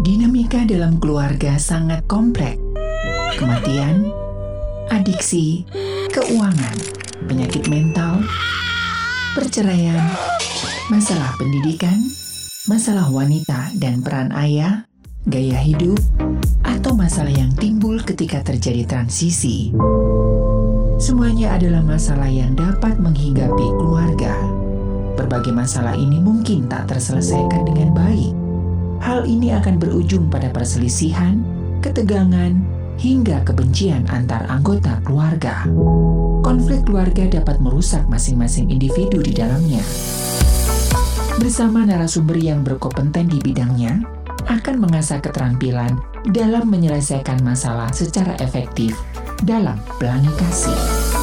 Dinamika dalam keluarga sangat kompleks. Kematian, adiksi, keuangan, penyakit mental, perceraian, masalah pendidikan, masalah wanita dan peran ayah, gaya hidup, atau masalah yang timbul ketika terjadi transisi. Semuanya adalah masalah yang dapat menghinggapi keluarga. Berbagai masalah ini mungkin tak terselesaikan dengan baik. Hal ini akan berujung pada perselisihan, ketegangan, hingga kebencian antar anggota keluarga. Konflik keluarga dapat merusak masing-masing individu di dalamnya. Bersama narasumber yang berkompeten di bidangnya, akan mengasah keterampilan dalam menyelesaikan masalah secara efektif dalam pelangi kasih.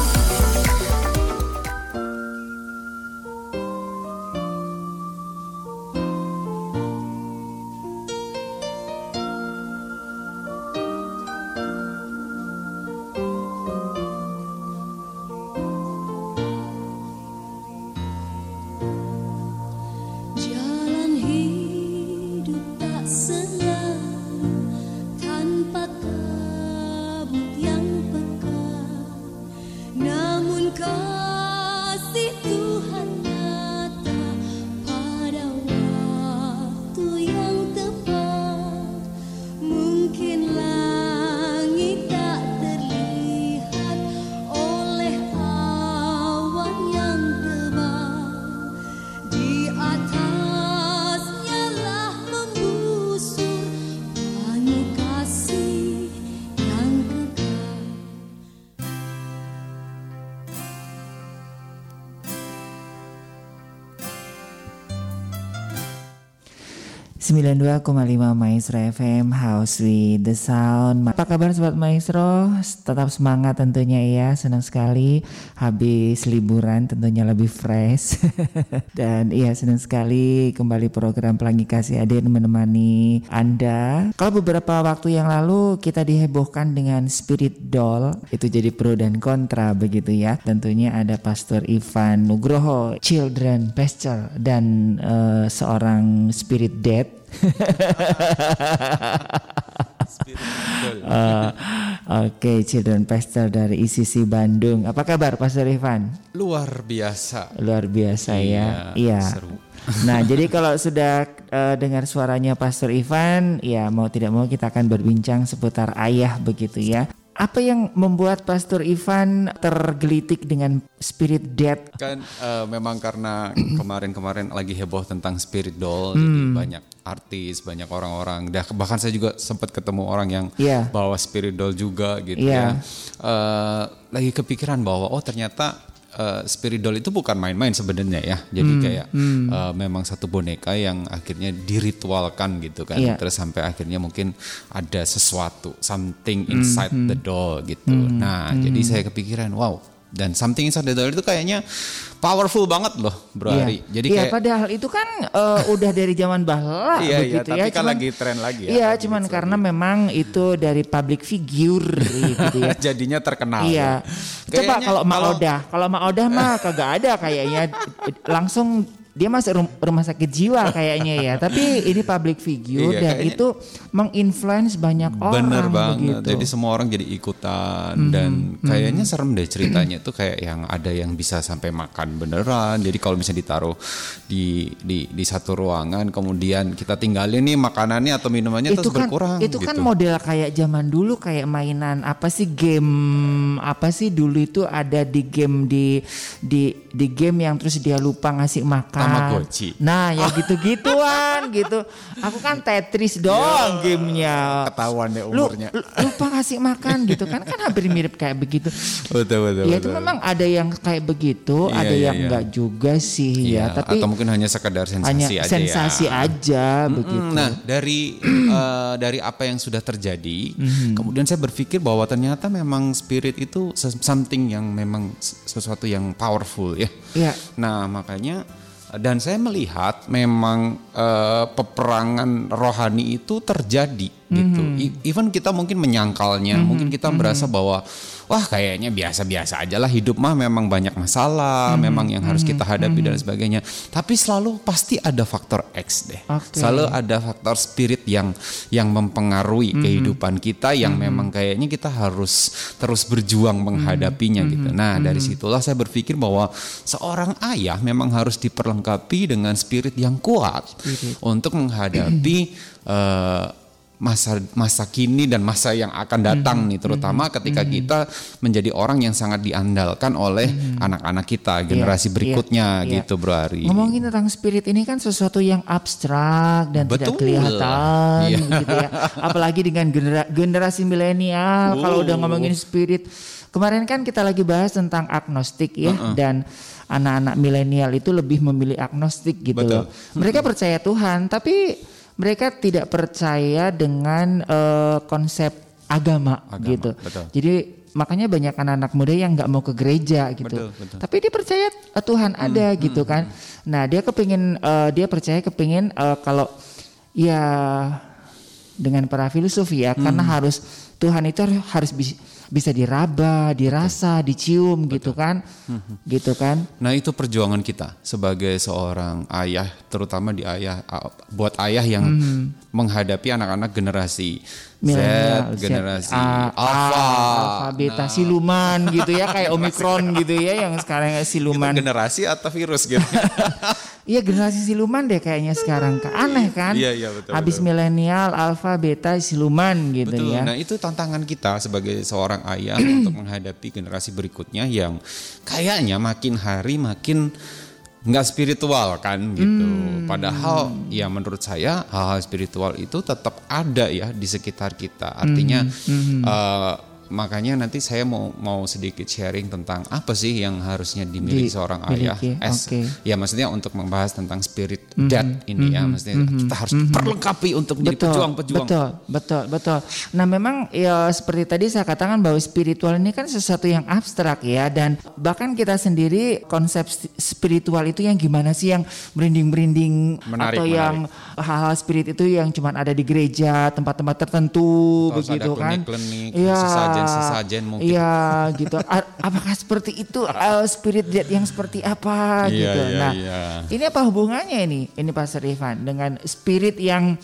.5 Maestro FM, House with the Sound. Apa kabar Sobat Maestro? Tetap semangat tentunya ya. Senang sekali habis liburan tentunya lebih fresh. Dan iya, senang sekali kembali program Pelangi Kasih hadir menemani Anda. Kalau beberapa waktu yang lalu kita dihebohkan dengan Spirit Doll, itu jadi pro dan kontra begitu ya. Tentunya ada Pastor Ivan Nugroho, Children Pastor, dan seorang Spirit Dead. Oke, Children Pastor dari ICC Bandung. Apa kabar Pastor Ivan? Luar biasa. Luar biasa ya. Iya. Seru. Nah, jadi kalau sudah dengar suaranya Pastor Ivan, ya mau tidak mau kita akan berbincang seputar ayah begitu ya. Apa yang membuat Pastor Ivan tergelitik dengan Spirit Dead? Kan memang karena kemarin-kemarin lagi heboh tentang Spirit Doll, jadi banyak artis, banyak orang-orang. Bahkan saya juga sempat ketemu orang yang bawa Spirit Doll juga gitu ya. Lagi kepikiran bahwa ternyata Spirit Doll itu bukan main-main sebenarnya ya. Jadi kayak memang satu boneka yang akhirnya diritualkan gitu kan. Terus sampai akhirnya mungkin ada sesuatu, something inside the doll gitu. Jadi saya kepikiran, wow. Dan something inside the doll itu kayaknya powerful banget loh Bro Ari. Jadi kayak padahal itu kan udah dari zaman bahla begitu tapi ya. Tapi kan lagi tren lagi ya. Iya, cuman karena memang itu dari public figure gitu ya. Jadinya terkenal. Iya. Coba kalau Mak Odah mah kagak ada kayaknya, langsung dia masuk rumah sakit jiwa kayaknya ya. Tapi ini public figure dan itu menginfluence banyak orang. Bener banget. Begitu. Jadi semua orang jadi ikutan dan kayaknya serem deh ceritanya tuh, kayak yang ada yang bisa sampai makan beneran. Jadi kalau misalnya ditaruh di satu ruangan, kemudian kita tinggalin nih makanannya atau minumannya terus berkurang. Itu gitu. kan model kayak zaman dulu, kayak mainan apa sih, game apa sih dulu itu ada di game di game yang terus dia lupa ngasih makan. Tamagotchi. Nah, ya gitu-gituan gitu. Aku kan Tetris doang gamenya. Ketahuan deh umurnya. Lupa ngasih makan gitu kan hampir mirip kayak begitu. Betul. Ya itu memang ada yang kayak begitu, ada yang enggak juga sih ya. Tapi atau mungkin hanya sekadar sensasi aja begitu. Nah, dari apa yang sudah terjadi, kemudian saya berpikir bahwa ternyata memang spirit itu something yang memang sesuatu yang powerful ya. Iya. Nah, makanya dan saya melihat memang peperangan rohani itu terjadi gitu. Even kita mungkin menyangkalnya, mungkin kita merasa bahwa wah kayaknya biasa-biasa aja lah, hidup mah memang banyak masalah, memang yang harus kita hadapi dan sebagainya. Tapi selalu pasti ada faktor X deh. Selalu ada faktor spirit yang mempengaruhi kehidupan kita, yang memang kayaknya kita harus terus berjuang menghadapinya gitu. Nah dari situlah saya berpikir bahwa seorang ayah memang harus diperlengkapi dengan spirit yang kuat untuk menghadapi masa kini dan masa yang akan datang nih, terutama ketika kita menjadi orang yang sangat diandalkan oleh anak-anak kita, generasi berikutnya gitu Bro Ari. Ngomongin tentang spirit ini kan sesuatu yang abstrak dan tidak kelihatan gitu ya. Apalagi dengan generasi milenial kalau udah ngomongin spirit. Kemarin kan kita lagi bahas tentang agnostik ya, dan anak-anak milenial itu lebih memilih agnostik gitu loh. Mereka percaya Tuhan tapi mereka tidak percaya dengan konsep agama gitu. Jadi makanya banyak anak-anak muda yang nggak mau ke gereja gitu. Tapi dia percaya Tuhan ada gitu kan. Nah dia percaya kepingin kalau ya dengan para filsuf ya, karena harus Tuhan itu harus bisa diraba, dirasa, dicium gitu kan. Gitu kan. Nah, itu perjuangan kita sebagai seorang ayah, terutama buat ayah yang menghadapi anak-anak generasi milenial, Z, generasi Alpha, Beta, siluman gitu ya, kayak Omikron gitu ya, yang sekarang siluman. Itu generasi atau virus gitu. Iya, generasi siluman deh kayaknya sekarang. Aneh kan? Iya, betul. Habis milenial, Alpha, Beta, siluman gitu ya. Nah, itu tantangan kita sebagai seorang ayah untuk menghadapi generasi berikutnya yang kayaknya makin hari makin nggak spiritual kan gitu. Padahal ya menurut saya hal-hal spiritual itu tetap ada ya di sekitar kita. Artinya makanya nanti saya mau sedikit sharing tentang apa sih yang harusnya dimiliki seorang ayah. Ya maksudnya untuk membahas tentang spirit dad ini ya, maksudnya kita harus diperlengkapi untuk menjadi pejuang-pejuang. Betul. Nah memang ya seperti tadi saya katakan bahwa spiritual ini kan sesuatu yang abstrak ya, dan bahkan kita sendiri konsep spiritual itu yang gimana sih, yang merinding-merinding atau yang hal-hal spirit itu yang cuma ada di gereja, tempat-tempat tertentu begitu kan. Iya. Sesajen mungkin. Iya gitu. Apakah seperti itu spirit dead yang seperti apa gitu. Nah, ini apa hubungannya ini Pastor Ivan dengan spirit yang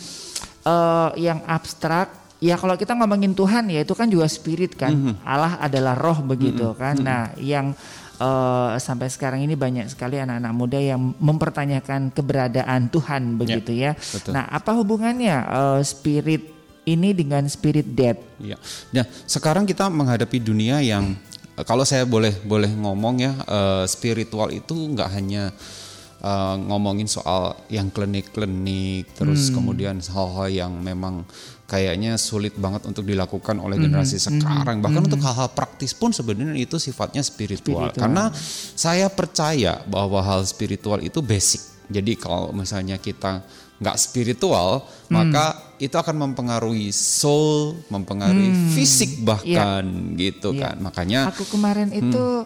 abstrak? Ya kalau kita ngomongin Tuhan ya itu kan juga spirit kan. Allah adalah roh begitu kan. Nah, yang sampai sekarang ini banyak sekali anak-anak muda yang mempertanyakan keberadaan Tuhan begitu ya. Nah, apa hubungannya spirit ini dengan spirit dead? Iya. Nah, sekarang kita menghadapi dunia yang kalau saya boleh ngomong ya, spiritual itu nggak hanya ngomongin soal yang klinik-klinik, terus kemudian hal-hal yang memang kayaknya sulit banget untuk dilakukan oleh generasi sekarang. Bahkan untuk hal-hal praktis pun sebenarnya itu sifatnya spiritual. Karena saya percaya bahwa hal spiritual itu basic. Jadi kalau misalnya kita nggak spiritual, maka itu akan mempengaruhi soul, mempengaruhi fisik bahkan gitu kan. Makanya aku kemarin itu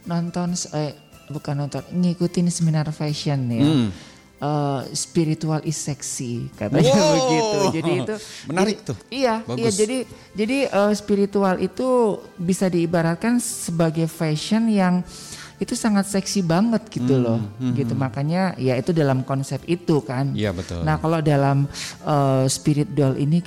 ngikutin seminar fashion ya. Spiritual is sexy katanya begitu. Jadi itu menarik tuh. Iya, jadi spiritual itu bisa diibaratkan sebagai fashion yang itu sangat seksi banget gitu loh, gitu. Makanya ya itu dalam konsep itu kan. Iya betul. Nah kalau dalam spirit doll ini,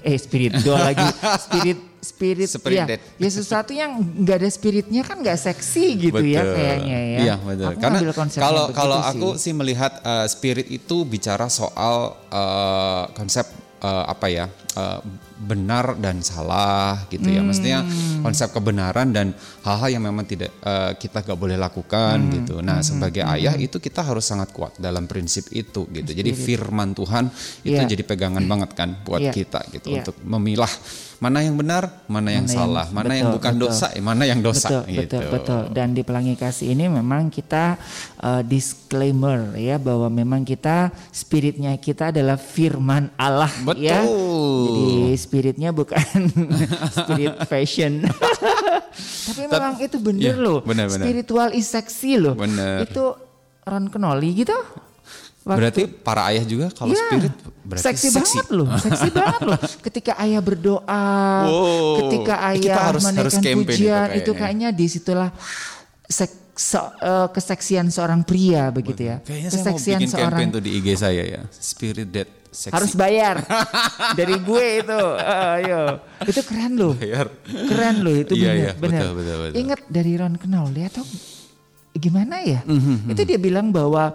spirit ya sesuatu yang nggak ada spiritnya kan nggak seksi gitu ya kayaknya ya. Iya betul. Aku karena kalau aku sih melihat spirit itu bicara soal konsep benar dan salah gitu ya, maksudnya konsep kebenaran dan hal-hal yang memang tidak kita gak boleh lakukan gitu. Nah sebagai ayah itu kita harus sangat kuat dalam prinsip itu gitu. Jadi firman Tuhan itu jadi pegangan banget kan buat kita gitu untuk memilah mana yang benar, mana yang salah, mana yang bukan dosa, mana yang dosa gitu. Betul. Dan di Pelangi Kasih ini memang kita disclaimer ya bahwa memang kita spiritnya kita adalah firman Allah. Betul. Ya. Jadi spiritnya bukan spirit fashion. Tapi memang itu benar loh. Bener. Spiritual is sexy loh. Bener. Itu Ron Kenoly gitu. Berarti para ayah juga kalau spirit berarti seksi banget loh. Seksi banget loh. Ketika ayah berdoa, ketika ayah menaikkan pujian, itu kayaknya disitulah keseksian seorang pria begitu ya. Kayaknya keseksian saya mau bikin campaign tuh di IG saya ya. Spirit that sexy. Harus bayar. Dari gue itu. Ayo. Itu keren loh. Keren loh itu benar. Betul. Ingat dari Ron Kenoll ya atau gimana ya? Itu dia bilang bahwa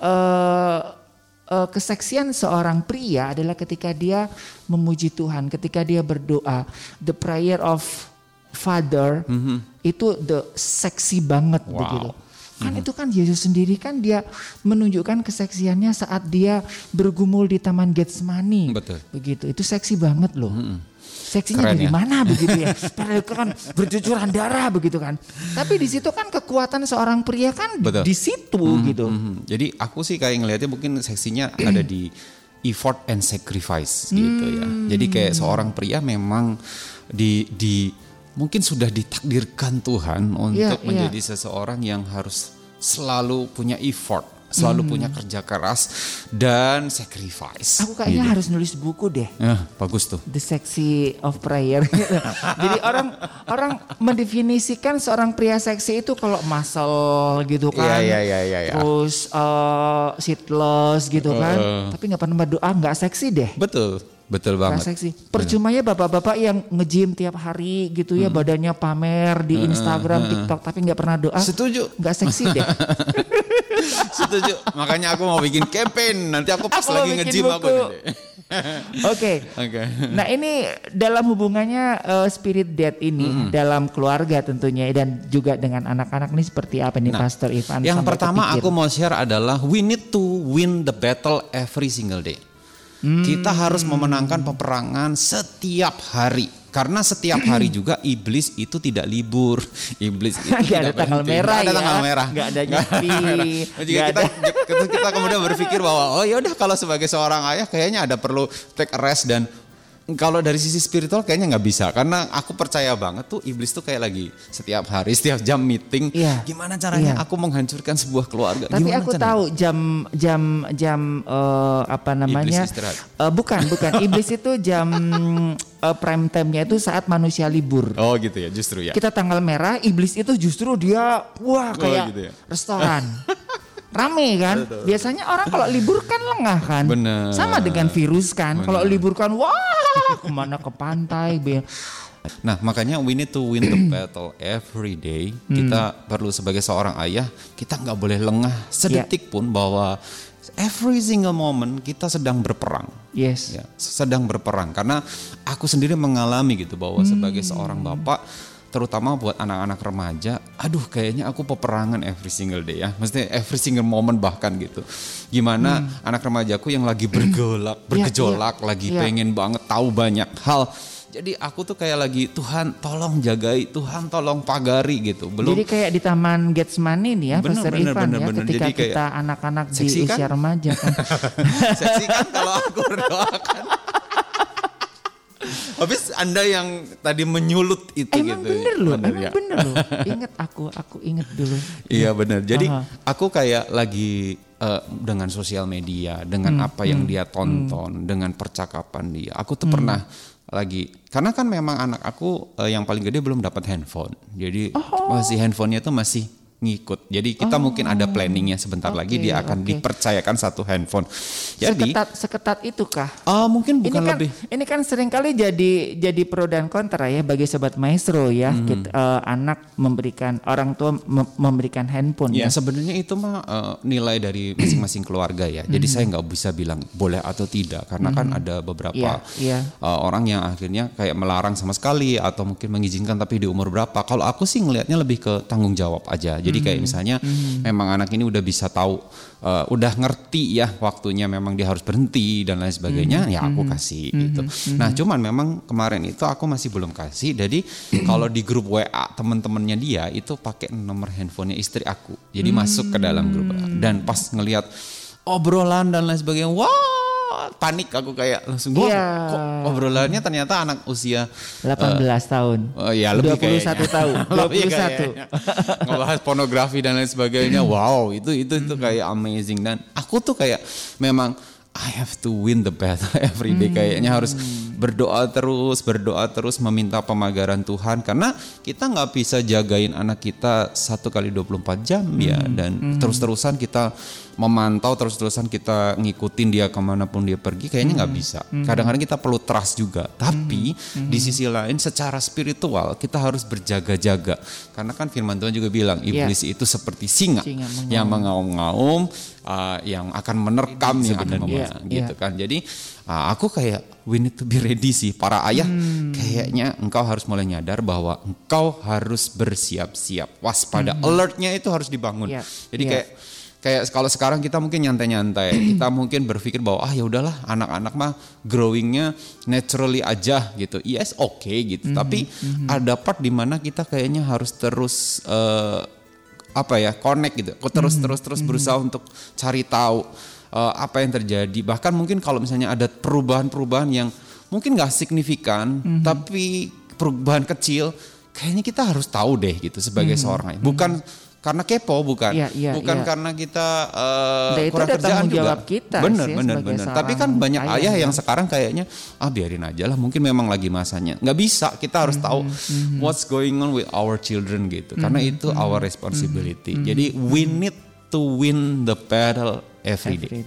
keseksian seorang pria adalah ketika dia memuji Tuhan, ketika dia berdoa. The prayer of Father itu seksi banget begitu. Kan itu kan Yesus sendiri kan dia menunjukkan keseksiannya saat dia bergumul di Taman Getsemani. Betul. Begitu. Itu seksi banget loh. Seksinya keren dari mana begitu ya? Padahal kan bercucuran darah begitu kan. Tapi di situ kan kekuatan seorang pria kan di situ gitu. Jadi aku sih kayak ngelihatnya mungkin seksinya ada di effort and sacrifice gitu ya. Jadi kayak seorang pria memang mungkin sudah ditakdirkan Tuhan untuk menjadi seseorang yang harus selalu punya effort, selalu punya kerja keras dan sacrifice. Aku kayaknya harus nulis buku deh. Bagus tuh. The Sexy of Prayer. Jadi orang mendefinisikan seorang pria seksi itu kalau muscle gitu kan. Iya. Terus seatless gitu kan. Tapi nggak pernah berdoa, nggak seksi deh. Betul banget. Seksi. Percumanya bapak-bapak yang nge-gym tiap hari gitu ya, badannya pamer di Instagram, TikTok, tapi nggak pernah doa. Setuju. Nggak seksi deh. Setuju. Makanya aku mau bikin campaign. Nanti aku pas lagi nge-gym aku nanti. Oke. Nah ini dalam hubungannya spirit death ini dalam keluarga tentunya dan juga dengan anak-anak ini seperti apa nih Pastor Ivan? Yang pertama aku mau share adalah we need to win the battle every single day. Kita harus memenangkan peperangan setiap hari. Karena setiap hari juga iblis itu tidak libur. Iblis itu tidak ada tanggal merah ya. Tanggal merah. Gak ada nyepi. Kita kemudian berpikir bahwa yaudah kalau sebagai seorang ayah kayaknya ada perlu take a rest dan kalau dari sisi spiritual kayaknya nggak bisa karena aku percaya banget tuh iblis tuh kayak lagi setiap hari setiap jam meeting gimana caranya aku menghancurkan sebuah keluarga. Tapi aku tahu jam apa namanya bukan iblis itu jam prime time-nya itu saat manusia libur. Oh gitu ya justru ya. Kita tanggal merah iblis itu justru dia kayak gitu ya? Restoran. Rame kan, betul. Biasanya orang kalau libur kan lengah kan, bener. Sama dengan virus kan, kalau libur kan kemana ke pantai. Nah makanya we need to win the battle every day. Kita perlu sebagai seorang ayah, kita nggak boleh lengah sedetik pun bahwa every single moment kita sedang berperang. Yes. Ya, sedang berperang karena aku sendiri mengalami gitu bahwa sebagai seorang bapak. Terutama buat anak-anak remaja, kayaknya aku peperangan every single day ya. Maksudnya every single moment bahkan gitu. Gimana anak remajaku yang lagi bergejolak, lagi pengen banget tahu banyak hal. Jadi aku tuh kayak lagi Tuhan tolong jagai, Tuhan tolong pagari gitu. Jadi kayak di Taman Getsemani nih ya, Pastor Ivan ya. Ketika jadi kita anak-anak di usia remaja kan. Seksi kan kalau aku berdoakan. Habis Anda yang tadi menyulut itu emang gitu. Bener loh. Ingat aku ingat dulu. Iya benar. Jadi aku kayak lagi dengan sosial media, dengan apa yang dia tonton, dengan percakapan dia. Aku tuh pernah lagi, karena kan memang anak aku yang paling gede belum dapat handphone. Jadi masih handphonenya tuh masih ngikut. Jadi kita mungkin ada planningnya sebentar lagi dia akan dipercayakan satu handphone. Jadi seketat itu kah? Mungkin bukan lebih. Ini kan seringkali jadi pro dan kontra ya bagi sobat maestro ya. Anak memberikan orang tua memberikan handphone. Ya sebenarnya itu mah nilai dari masing-masing keluarga ya. Jadi saya nggak bisa bilang boleh atau tidak karena kan ada beberapa orang yang akhirnya kayak melarang sama sekali atau mungkin mengizinkan tapi di umur berapa. Kalau aku sih ngelihatnya lebih ke tanggung jawab aja. Jadi kayak misalnya memang anak ini udah bisa tahu, udah ngerti ya waktunya memang dia harus berhenti dan lain sebagainya, ya aku kasih gitu. Nah cuman memang kemarin itu aku masih belum kasih. Jadi kalau di grup WA teman-temannya dia itu pakai nomor handphonenya istri aku. Jadi masuk ke dalam grup dan pas ngelihat obrolan dan lain sebagainya, wah panik aku kayak langsung kok obrolannya ternyata anak usia 18 tahun. Oh ya lebih 21 tahun. 21. Ngebahas pornografi dan lain sebagainya. Wow, itu kayak amazing, dan aku tuh kayak memang I have to win the battle every day. Kayaknya harus berdoa terus meminta pemagaran Tuhan, karena kita nggak bisa jagain anak kita 1x24 jam ya, dan terus-terusan kita memantau, terus-terusan kita ngikutin dia kemanapun dia pergi, kayaknya nggak bisa. Kadang-kadang kita perlu trust juga, tapi di sisi lain secara spiritual kita harus berjaga-jaga, karena kan firman Tuhan juga bilang iblis itu seperti singa yang mengaum-ngaum, yang akan menerkam, yang akan membunuh gitu kan. Jadi aku kayak we need to be ready sih para ayah. Kayaknya engkau harus mulai nyadar bahwa engkau harus bersiap-siap, waspada, alertnya itu harus dibangun. Jadi kayak kalau sekarang kita mungkin nyantai-nyantai, kita mungkin berpikir bahwa ya udahlah, anak-anak mah growingnya naturally aja gitu. Yes, oke gitu. Tapi ada part di mana kita kayaknya harus terus connect gitu. Terus berusaha untuk cari tahu apa yang terjadi. Bahkan mungkin kalau misalnya ada perubahan-perubahan yang mungkin nggak signifikan, tapi perubahan kecil, kayaknya kita harus tahu deh gitu sebagai seorang ayah. Bukan karena kepo, bukan karena kita kurang kerjaan juga. Bener. Tapi kan banyak ayah yang sekarang kayaknya biarin aja lah, mungkin memang lagi masanya. Nggak bisa, kita harus tahu what's going on with our children gitu, karena itu our responsibility. Jadi we need to win the battle every day.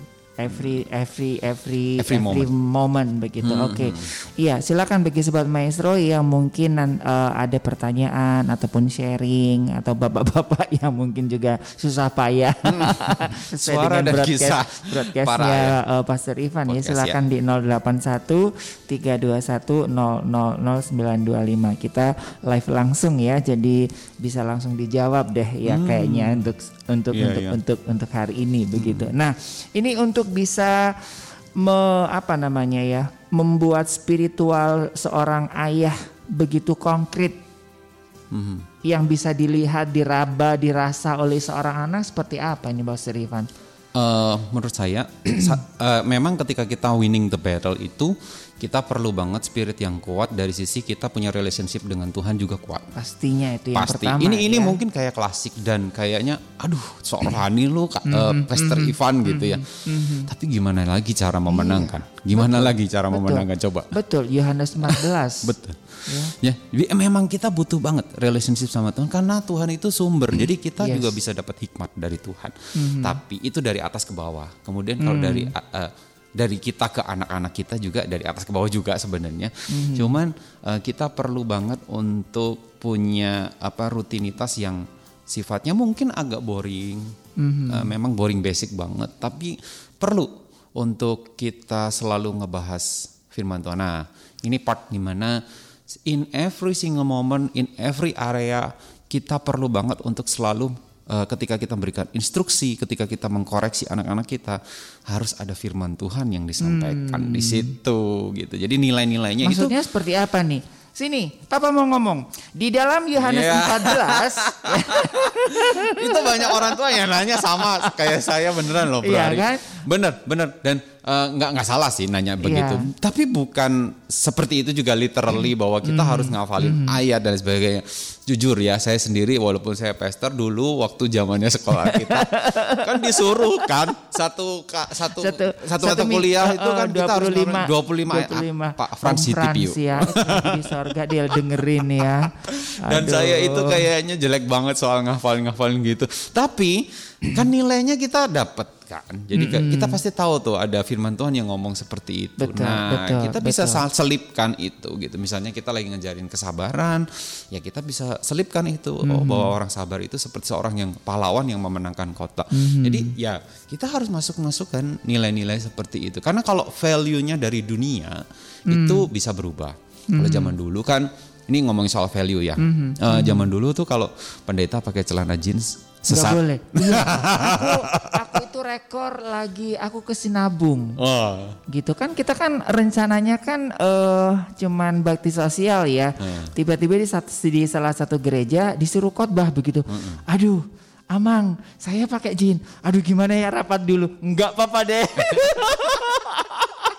Every moment begitu. Oke. Iya, silakan bagi sobat maestro yang mungkin ada pertanyaan ataupun sharing, atau bapak-bapak yang mungkin juga susah payah suara dan kisah broadcastnya Pastor Ivan ya, silakan di 081 321 000925. Kita live langsung ya, jadi bisa langsung dijawab deh ya kayaknya untuk hari ini begitu. Nah, ini untuk bisa membuat spiritual seorang ayah begitu konkret, yang bisa dilihat, diraba, dirasa oleh seorang anak seperti apa ini Pastor Ivan? Menurut saya memang ketika kita winning the battle itu kita perlu banget spirit yang kuat, dari sisi kita punya relationship dengan Tuhan juga kuat. Pastinya itu yang pertama. Ini mungkin kayak klasik dan kayaknya sok rohani lu Pastor Ivan gitu ya. Tapi gimana lagi cara memenangkan? Gimana lagi cara memenangkan, coba? Betul, Yohanes 14. Betul. Ya, memang kita butuh banget relationship sama Tuhan, karena Tuhan itu sumber. Jadi kita juga bisa dapat hikmat dari Tuhan. Tapi itu dari atas ke bawah. Kemudian kalau dari kita ke anak-anak kita juga dari atas ke bawah juga sebenarnya. Cuman kita perlu banget untuk punya rutinitas yang sifatnya mungkin agak boring. Memang boring basic banget, tapi perlu untuk kita selalu ngebahas firman Tuhan. Nah, ini part dimana in every single moment, in every area, kita perlu banget untuk selalu ketika kita memberikan instruksi, ketika kita mengkoreksi anak-anak kita, harus ada firman Tuhan yang disampaikan di situ gitu. Jadi nilai-nilainya maksudnya itu seperti apa nih? Sini, Papa mau ngomong. Di dalam Yohanes 14 itu banyak orang tua yang nanya sama kayak saya, beneran loh, Bro. Iya kan? Bener dan nggak salah sih nanya begitu. Tapi bukan seperti itu juga literally bahwa kita harus ngafalin ayat dan sebagainya. Jujur ya, saya sendiri walaupun saya pastor dulu waktu zamannya sekolah kita kan disuruh kan satu mata kuliah itu kan kita harus 25 Pak Frans Hitipiu. Ya, di sorga dia dengerin ya. Dan saya itu kayaknya jelek banget soal ngafalin gitu. Tapi kan nilainya kita dapat kan. Jadi kita pasti tahu tuh ada firman Tuhan yang ngomong seperti itu. Kita bisa selipkan itu gitu. Misalnya kita lagi ngejarin kesabaran, ya kita bisa selipkan itu bahwa orang sabar itu seperti seorang yang pahlawan yang memenangkan kota. Jadi ya kita harus masukkan nilai-nilai seperti itu. Karena kalau value-nya dari dunia itu bisa berubah. Kalau zaman dulu kan, ini ngomongin soal value ya. Zaman dulu tuh kalau pendeta pakai celana jeans sesat. Gak boleh. Aku itu rekor lagi aku ke Sinabung. Gitu kan, kita kan rencananya kan cuman bakti sosial ya. Tiba-tiba di salah satu gereja disuruh khotbah begitu. Aduh, Amang, saya pakai jin. Aduh, gimana ya, rapat dulu. Enggak apa-apa deh.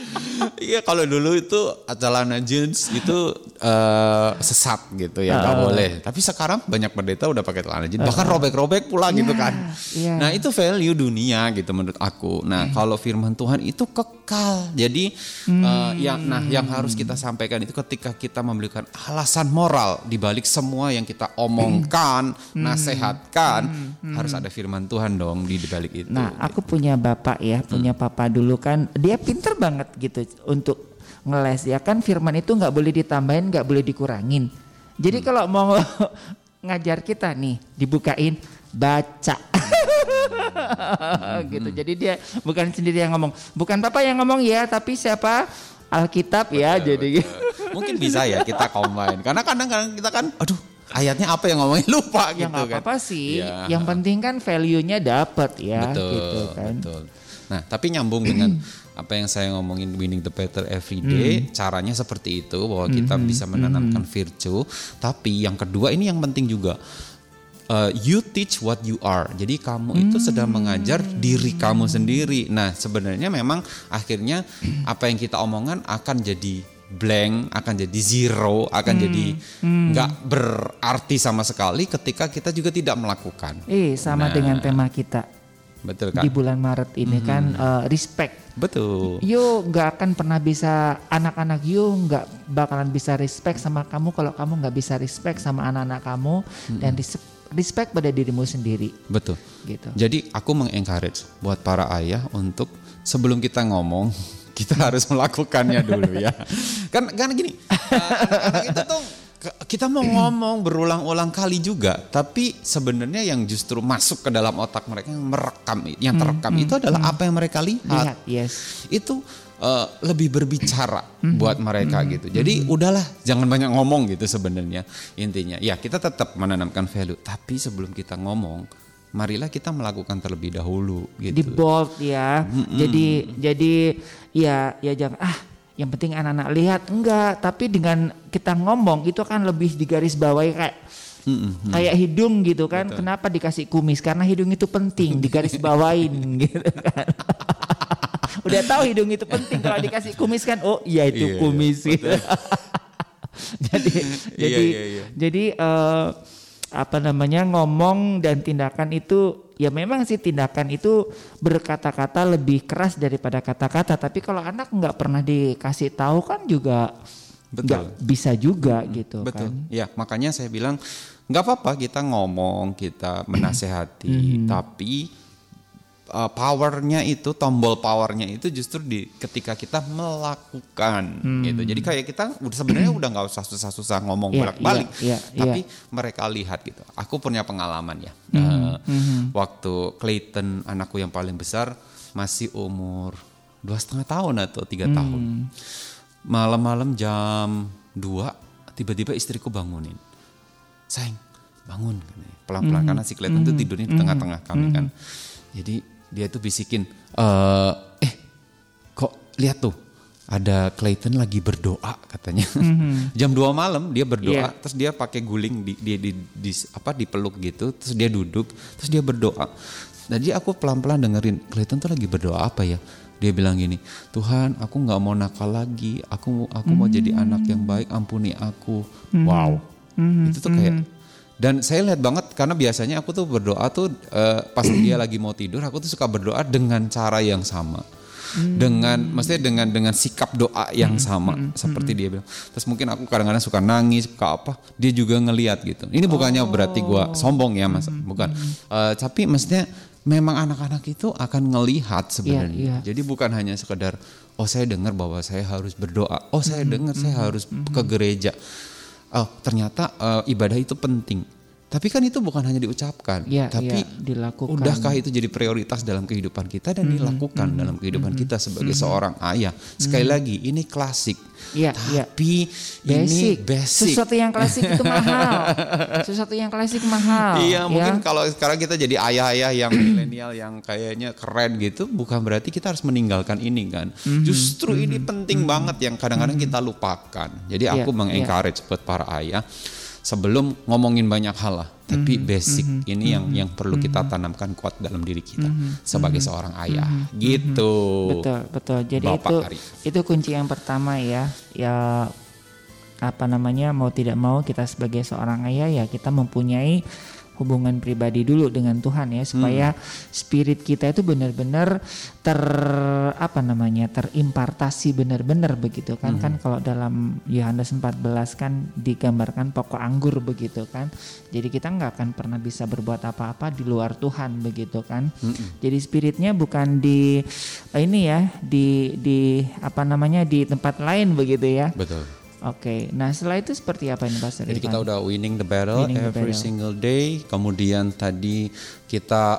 Iya, kalau dulu itu celana jeans itu sesat gitu ya, nggak boleh. Tapi sekarang banyak pendeta udah pakai celana jeans, bahkan robek-robek pula gitu kan. Nah itu value dunia gitu menurut aku. Nah kalau firman Tuhan itu kekal. Jadi yang harus kita sampaikan itu ketika kita memberikan alasan moral di balik semua yang kita omongkan, nasehatkan, harus ada firman Tuhan dong di balik itu. Nah aku punya bapak ya, punya papa dulu kan, dia pinter banget gitu untuk ngeles ya kan, firman itu nggak boleh ditambahin, nggak boleh dikurangin. Jadi kalau mau ngajar kita nih dibukain baca gitu. Jadi dia bukan sendiri yang ngomong, bukan papa yang ngomong ya, tapi siapa? Alkitab ya. Jadi mungkin bisa ya kita combine, karena kadang-kadang kita kan aduh ayatnya apa yang ngomongin lupa gitu kan. Ya apa-apa sih, yang penting kan value-nya dapat ya. Betul, gitu kan. Betul. Nah tapi nyambung dengan apa yang saya ngomongin winning the battle every day, caranya seperti itu bahwa kita bisa menanamkan virtue. Tapi yang kedua ini yang penting juga, you teach what you are. Jadi kamu itu sedang mengajar diri kamu sendiri. Nah sebenarnya memang akhirnya apa yang kita omongkan akan jadi blank, akan jadi zero, akan jadi nggak berarti sama sekali ketika kita juga tidak melakukan. Sama dengan tema kita. Betul kan? Di bulan Maret ini kan respect. Betul. You nggak akan pernah bisa, anak-anak you nggak bakalan bisa respect sama kamu kalau kamu nggak bisa respect sama anak-anak kamu dan respect pada dirimu sendiri. Betul. Gitu. Jadi aku mengencourage buat para ayah untuk sebelum kita ngomong kita harus melakukannya dulu ya. Kan gini, anak-anak itu tuh kita mau ngomong berulang-ulang kali juga, tapi sebenarnya yang justru masuk ke dalam otak mereka yang terekam itu adalah apa yang mereka lihat. Itu lebih berbicara buat mereka gitu. Jadi udahlah, jangan banyak ngomong gitu sebenarnya intinya. Ya kita tetap menanamkan value, tapi sebelum kita ngomong, marilah kita melakukan terlebih dahulu gitu. Di bold ya. Jadi ya jangan yang penting anak-anak lihat, enggak, tapi dengan kita ngomong itu akan lebih digaris bawahi kayak hidung gitu kan. Betul. Kenapa dikasih kumis? Karena hidung itu penting, digaris bawain gitu kan. Udah tahu hidung itu penting, kalau dikasih kumis kan, oh iya itu kumis gitu. Jadi apa namanya, ngomong dan tindakan itu ya memang sih, tindakan itu berkata-kata lebih keras daripada kata-kata, tapi kalau anak nggak pernah dikasih tahu kan juga nggak bisa juga gitu. Betul. Kan. Ya makanya saya bilang nggak apa-apa kita ngomong, kita menasehati, tapi powernya itu, tombol powernya itu justru ketika kita melakukan gitu. Jadi kayak kita sebenarnya udah nggak usah susah-susah ngomong bolak-balik, tapi mereka lihat gitu. Aku punya pengalaman ya. Waktu Clayton, anakku yang paling besar, masih umur 2,5 tahun atau 3 tahun. Malam-malam jam 2 tiba-tiba istriku bangunin. Sayang, bangun. Pelan-pelan karena si Clayton itu tidurnya di tengah-tengah kami kan. Jadi dia tuh bisikin, kok lihat tuh ada Clayton lagi berdoa katanya. Jam 2 malam dia berdoa, terus dia pakai guling dipeluk gitu, terus dia duduk, terus dia berdoa. Jadi aku pelan-pelan dengerin Clayton tuh lagi berdoa apa ya? Dia bilang gini, Tuhan aku nggak mau nakal lagi, aku mau jadi anak yang baik, ampuni aku. Wow, itu tuh kayak. Dan saya lihat banget karena biasanya aku tuh berdoa tuh pas dia lagi mau tidur, aku tuh suka berdoa dengan cara yang sama. Maksudnya dengan sikap doa yang sama seperti dia bilang. Terus mungkin aku kadang-kadang suka nangis, suka apa, dia juga ngelihat gitu. Ini bukannya berarti gua sombong ya Mas, bukan. Tapi maksudnya memang anak-anak itu akan ngelihat sebenarnya. Jadi bukan hanya sekedar saya dengar bahwa saya harus berdoa. Saya dengar saya harus ke gereja. Ternyata ibadah itu penting. Tapi kan itu bukan hanya diucapkan, tapi dilakukan. Udahkah itu jadi prioritas dalam kehidupan kita dan dilakukan dalam kehidupan kita sebagai seorang ayah? Sekali lagi, ini klasik. Tapi ini basic. Sesuatu yang klasik itu mahal. Iya, mungkin kalau sekarang kita jadi ayah-ayah yang milenial yang kayaknya keren gitu, bukan berarti kita harus meninggalkan ini kan. Justru ini penting banget yang kadang-kadang kita lupakan. Jadi aku mengencourage buat para ayah, sebelum ngomongin banyak hal lah, tapi basic ini yang perlu kita tanamkan kuat dalam diri kita sebagai seorang ayah, gitu. Betul. Jadi Bapak itu kunci yang pertama ya. Ya apa namanya, mau tidak mau kita sebagai seorang ayah ya kita mempunyai hubungan pribadi dulu dengan Tuhan ya, supaya spirit kita itu benar-benar terimpartasi benar-benar begitu kan. Kan kalau dalam Yohanes 14 kan digambarkan pokok anggur begitu kan. Jadi kita nggak akan pernah bisa berbuat apa-apa di luar Tuhan begitu kan. Jadi spiritnya bukan di di tempat lain begitu ya. Betul. Oke, nah setelah itu seperti apa ini Pastor Jadi Ivan? kita udah winning the battle every single day. Kemudian tadi kita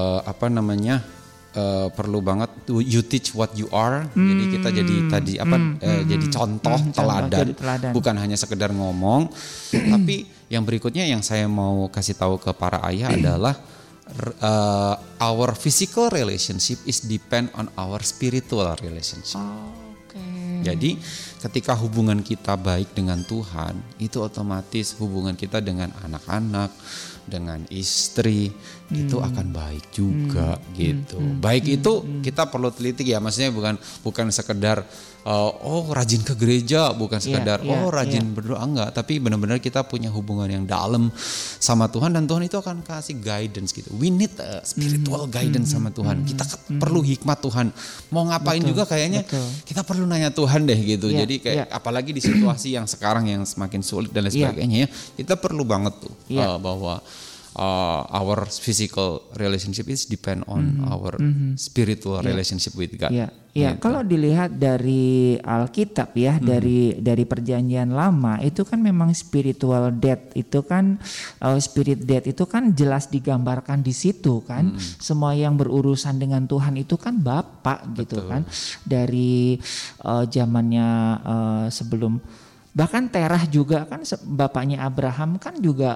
perlu banget you teach what you are. Jadi kita jadi jadi contoh, teladan, bukan hanya sekedar ngomong. Tapi yang berikutnya yang saya mau kasih tahu ke para ayah adalah our physical relationship is depend on our spiritual relationship. Jadi ketika hubungan kita baik dengan Tuhan, itu otomatis hubungan kita dengan anak-anak, dengan istri itu akan baik juga gitu. Baik itu kita perlu teliti ya, maksudnya bukan sekedar rajin ke gereja, bukan sekedar rajin berdoa, enggak, tapi benar-benar kita punya hubungan yang dalam sama Tuhan, dan Tuhan itu akan kasih guidance gitu. We need a spiritual guidance sama Tuhan. Kita perlu hikmat Tuhan. Mau ngapain juga kayaknya kita perlu nanya Tuhan deh gitu. Jadi kayak apalagi di situasi yang sekarang yang semakin sulit dan lain sebagainya, kita perlu banget tuh bahwa our physical relationship is depend on our spiritual relationship with God. Ya, kalau dilihat dari Alkitab ya, dari Perjanjian Lama itu kan memang spiritual death itu kan spirit death itu kan jelas digambarkan di situ kan. Semua yang berurusan dengan Tuhan itu kan Bapa gitu kan. Dari zamannya sebelum, bahkan Terah juga kan bapaknya Abraham kan juga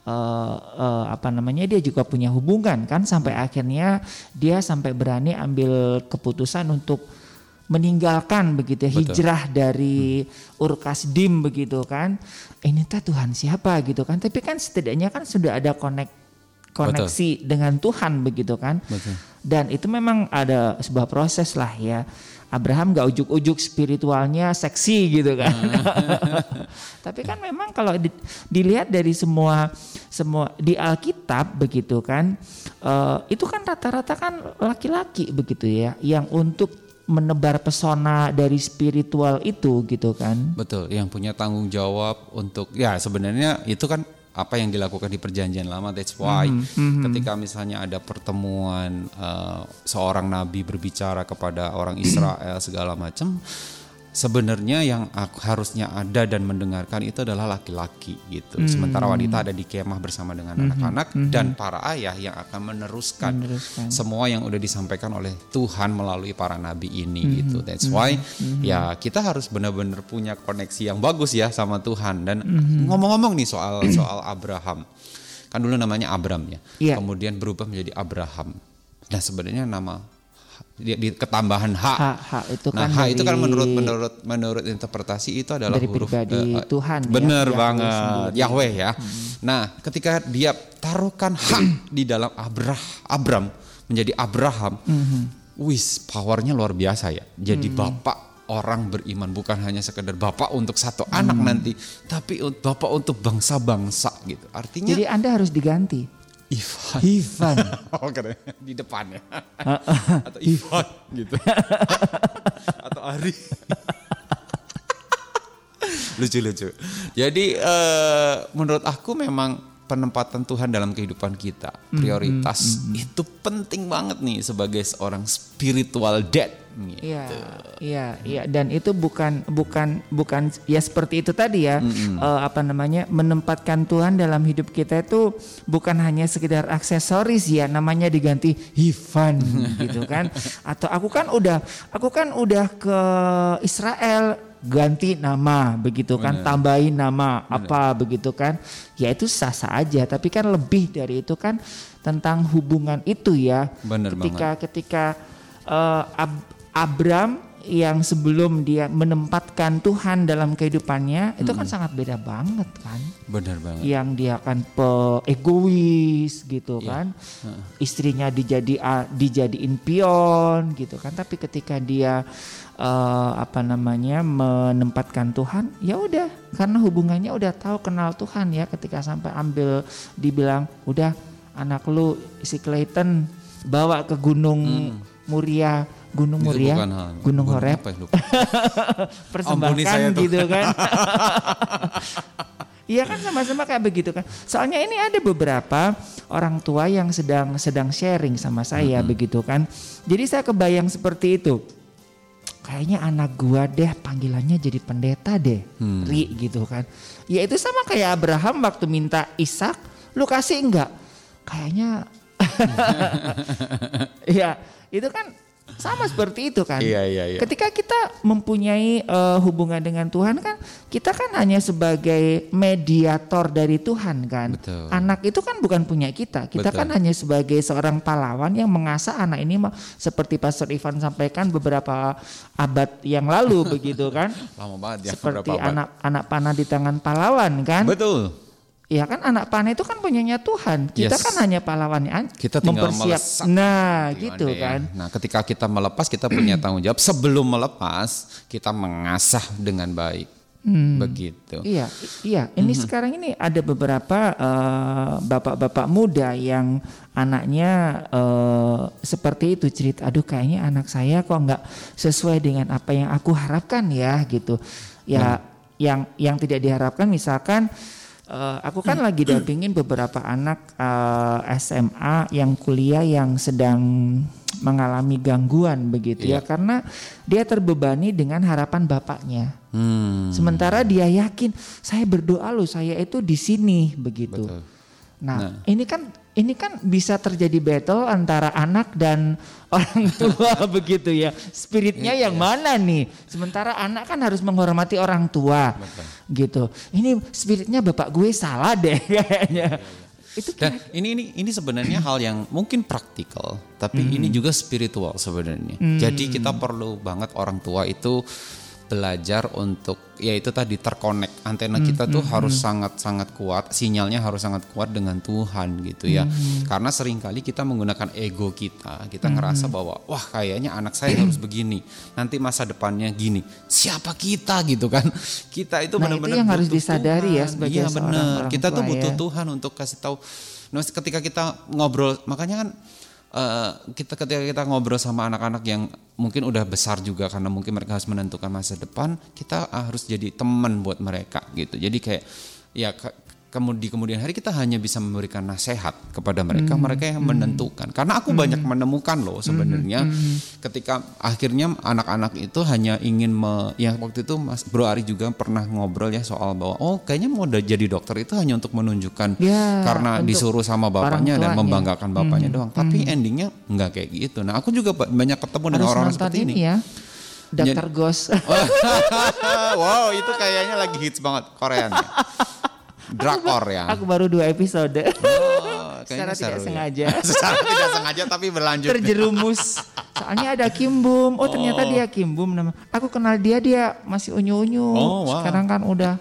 dia juga punya hubungan kan, sampai akhirnya dia sampai berani ambil keputusan untuk meninggalkan begitu ya, hijrah dari Ur Kasdim begitu kan. Ini Tuhan siapa gitu kan, tapi kan setidaknya kan sudah ada koneksi dengan Tuhan begitu kan. Dan itu memang ada sebuah proses lah ya. Abraham gak ujuk-ujuk spiritualnya seksi gitu kan. Tapi kan memang kalau dilihat dari semua di Alkitab begitu kan, itu kan rata-rata kan laki-laki begitu ya, yang untuk menebar pesona dari spiritual itu gitu kan. Betul, yang punya tanggung jawab untuk, ya sebenarnya itu kan apa yang dilakukan di Perjanjian Lama. That's why ketika misalnya ada pertemuan seorang nabi berbicara kepada orang Israel segala macam, sebenarnya yang harusnya ada dan mendengarkan itu adalah laki-laki gitu. Sementara wanita ada di kemah bersama dengan anak-anak dan para ayah yang akan meneruskan semua yang udah disampaikan oleh Tuhan melalui para nabi ini gitu. That's why ya kita harus benar-benar punya koneksi yang bagus ya sama Tuhan. Dan ngomong-ngomong nih soal Abraham, kan dulu namanya Abram ya, kemudian berubah menjadi Abraham. Nah sebenarnya nama di ketambahan H itu kan, itu kan menurut interpretasi itu adalah dari huruf pribadi Tuhan. Bener ya, banget, Yahweh ya. Nah, ketika dia taruhkan H di dalam Abram menjadi Abraham, powernya luar biasa ya. Jadi bapak orang beriman, bukan hanya sekedar bapak untuk satu anak nanti, tapi bapak untuk bangsa-bangsa gitu. Artinya jadi Anda harus diganti Ivan. Oh keren, di depan ya. Atau Ivan gitu. Atau Ari. Lucu-lucu. Jadi menurut aku memang penempatan Tuhan dalam kehidupan kita, prioritas itu penting banget nih sebagai seorang spiritual dad. Gitu. Iya. Dan itu bukan ya seperti itu tadi ya. Menempatkan Tuhan dalam hidup kita itu bukan hanya sekedar aksesoris ya, namanya diganti Ivan gitu kan. Atau aku kan udah ke Israel, ganti nama begitu kan, tambahin nama apa begitu kan. Ya itu sah-sah aja, tapi kan lebih dari itu kan tentang hubungan itu ya. Bener ketika Abram yang sebelum dia menempatkan Tuhan dalam kehidupannya itu kan sangat beda banget kan. Benar banget. Yang dia kan egois gitu kan. Istrinya dijadiin pion gitu kan. Tapi ketika dia menempatkan Tuhan, ya udah, karena hubungannya udah tahu kenal Tuhan ya, ketika sampai dibilang udah anak lu si Clayton bawa ke Gunung Muria, Gunung Horeb, persembahkan gitu kan. Iya kan, sama-sama kayak begitu kan. Soalnya ini ada beberapa orang tua yang sedang sharing sama saya begitu kan. Jadi saya kebayang seperti itu. Kayaknya anak gua deh panggilannya jadi pendeta deh, Ri gitu kan. Ya itu sama kayak Abraham waktu minta Ishak, lu kasih enggak? Kayaknya ya itu kan sama seperti itu kan. Iya. Ketika kita mempunyai hubungan dengan Tuhan kan, kita kan hanya sebagai mediator dari Tuhan kan. Betul. Anak itu kan bukan punya kita. Kita Betul. kan hanya sebagai seorang pahlawan yang mengasah anak ini, seperti Pastor Ivan sampaikan beberapa abad yang lalu begitu kan. Lama banget ya. Seperti anak panah di tangan pahlawan kan. Betul. Ya kan, anak panah itu kan punyanya Tuhan. Kita kan hanya pahlawannya. Kita tinggal melesak. Nah gitu kan. Nah ketika kita melepas, kita punya tanggung jawab. Sebelum melepas, kita mengasah dengan baik. Begitu. Iya. Ini sekarang ini ada beberapa bapak-bapak muda yang anaknya seperti itu cerita. Aduh, kayaknya anak saya kok nggak sesuai dengan apa yang aku harapkan ya gitu. Ya, yang tidak diharapkan misalkan. Aku kan lagi dampingin beberapa anak SMA yang kuliah yang sedang mengalami gangguan begitu ya, karena dia terbebani dengan harapan bapaknya. Sementara dia yakin, saya berdoa loh, saya itu di sini begitu. Betul. Nah, ini kan bisa terjadi battle antara anak dan orang tua begitu ya. Spiritnya yang mana nih? Sementara anak kan harus menghormati orang tua. Betul. Gitu. Ini spiritnya bapak gue salah deh kayaknya. Itu dan ini sebenarnya hal yang mungkin praktikal, tapi ini juga spiritual sebenarnya. Jadi kita perlu banget orang tua itu belajar untuk ya itu tadi terkonek, antena kita tuh harus sangat-sangat kuat, sinyalnya harus sangat kuat dengan Tuhan gitu ya. Karena seringkali kita menggunakan ego kita ngerasa bahwa wah kayaknya anak saya harus begini, nanti masa depannya gini. Siapa kita gitu kan? Kita itu benar-benar itu yang harus Tuhan. disadari ya sebagai seorang orang kita tua, tuh butuh ya. Tuhan untuk kasih tahu. Nah, ketika kita ngobrol, makanya kan ketika kita ngobrol sama anak-anak yang mungkin udah besar juga, karena mungkin mereka harus menentukan masa depan, kita harus jadi teman buat mereka gitu. Jadi kayak ya di kemudian hari kita hanya bisa memberikan nasihat kepada mereka, mereka yang menentukan. Karena aku banyak menemukan loh sebenarnya ketika akhirnya anak-anak itu hanya ingin yang waktu itu Mas Bro Ari juga pernah ngobrol ya soal bahwa kayaknya mau jadi dokter itu hanya untuk menunjukkan karena disuruh sama bapaknya dan membanggakan bapaknya doang. Tapi endingnya enggak kayak gitu. Nah, aku juga banyak ketemu dengan orang-orang seperti ini. Ya. Dr. Ghost. Wow, itu kayaknya lagi hits banget Korean. Drakor ya. Aku baru 2 episode. Secara tidak sengaja. Secara tidak sengaja tapi berlanjut. Terjerumus. Soalnya ada Kim Bum. Ternyata dia Kim Bum nama. Aku kenal dia masih unyu-unyu. Sekarang kan udah.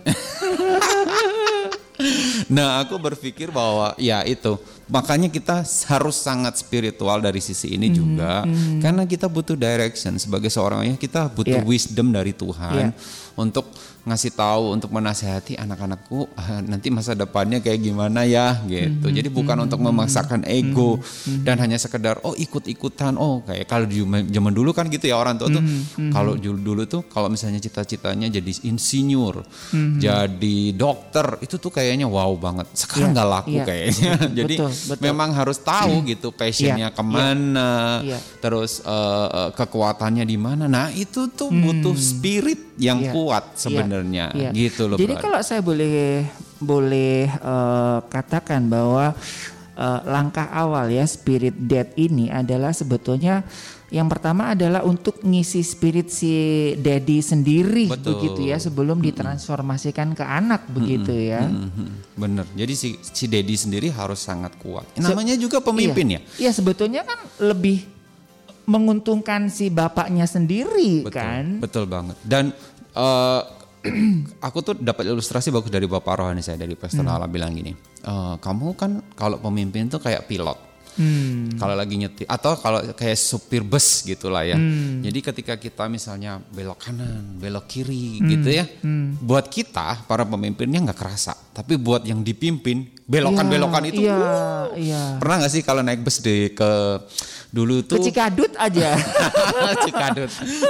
Nah, aku berpikir bahwa ya itu. Makanya kita harus sangat spiritual dari sisi ini juga. Karena kita butuh direction sebagai seorang ayah, kita butuh wisdom dari Tuhan untuk ngasih tahu, untuk menasihati anak-anakku nanti masa depannya kayak gimana ya gitu. Jadi bukan untuk memaksakan ego dan hanya sekedar ikut-ikutan. Kayak kalau zaman dulu kan gitu ya, orang tua tuh kalau dulu tuh kalau misalnya cita-citanya jadi insinyur, jadi dokter, itu tuh kayaknya wow banget. Sekarang nggak laku kayaknya. Jadi betul. Memang harus tahu gitu passionnya kemana, terus kekuatannya di mana. Nah itu tuh butuh spirit yang kuat sebenarnya, gitu loh. Jadi kalau saya boleh katakan bahwa langkah awal ya spirit dead ini adalah sebetulnya yang pertama adalah untuk ngisi spirit si daddy sendiri. Betul. Begitu ya, sebelum ditransformasikan ke anak begitu ya. Bener. Jadi si daddy sendiri harus sangat kuat. Namanya juga pemimpin ya. Iya, sebetulnya kan lebih menguntungkan si bapaknya sendiri. Betul, kan. Betul banget. Dan aku tuh dapat ilustrasi bagus dari Bapak rohani saya, dari Pastor Hala bilang gini, kamu kan kalau pemimpin tuh kayak pilot. Kalau lagi nyetir atau kalau kayak supir bus gitulah ya. Jadi ketika kita misalnya belok kanan, belok kiri gitu ya, buat kita para pemimpinnya nggak kerasa, tapi buat yang dipimpin belokan-belokan itu. Pernah nggak sih kalau naik bus dulu tuh? Ke Cikadut aja. Cikadut.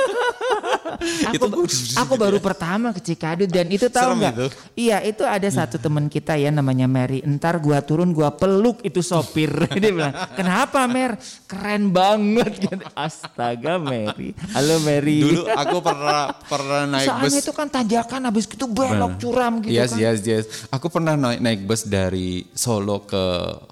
Aku baru pertama ke Cikadut dan itu tahu nggak? Iya, itu ada satu teman kita ya namanya Mary. Entar gua turun gua peluk itu sopir. Dia bilang, kenapa Mer? Keren banget. Astaga Mary. Halo Mary. Dulu aku pernah naik bus. Soalnya itu kan tanjakan, habis itu belok curam gitu kan. Yes. Aku pernah naik bus dari Solo ke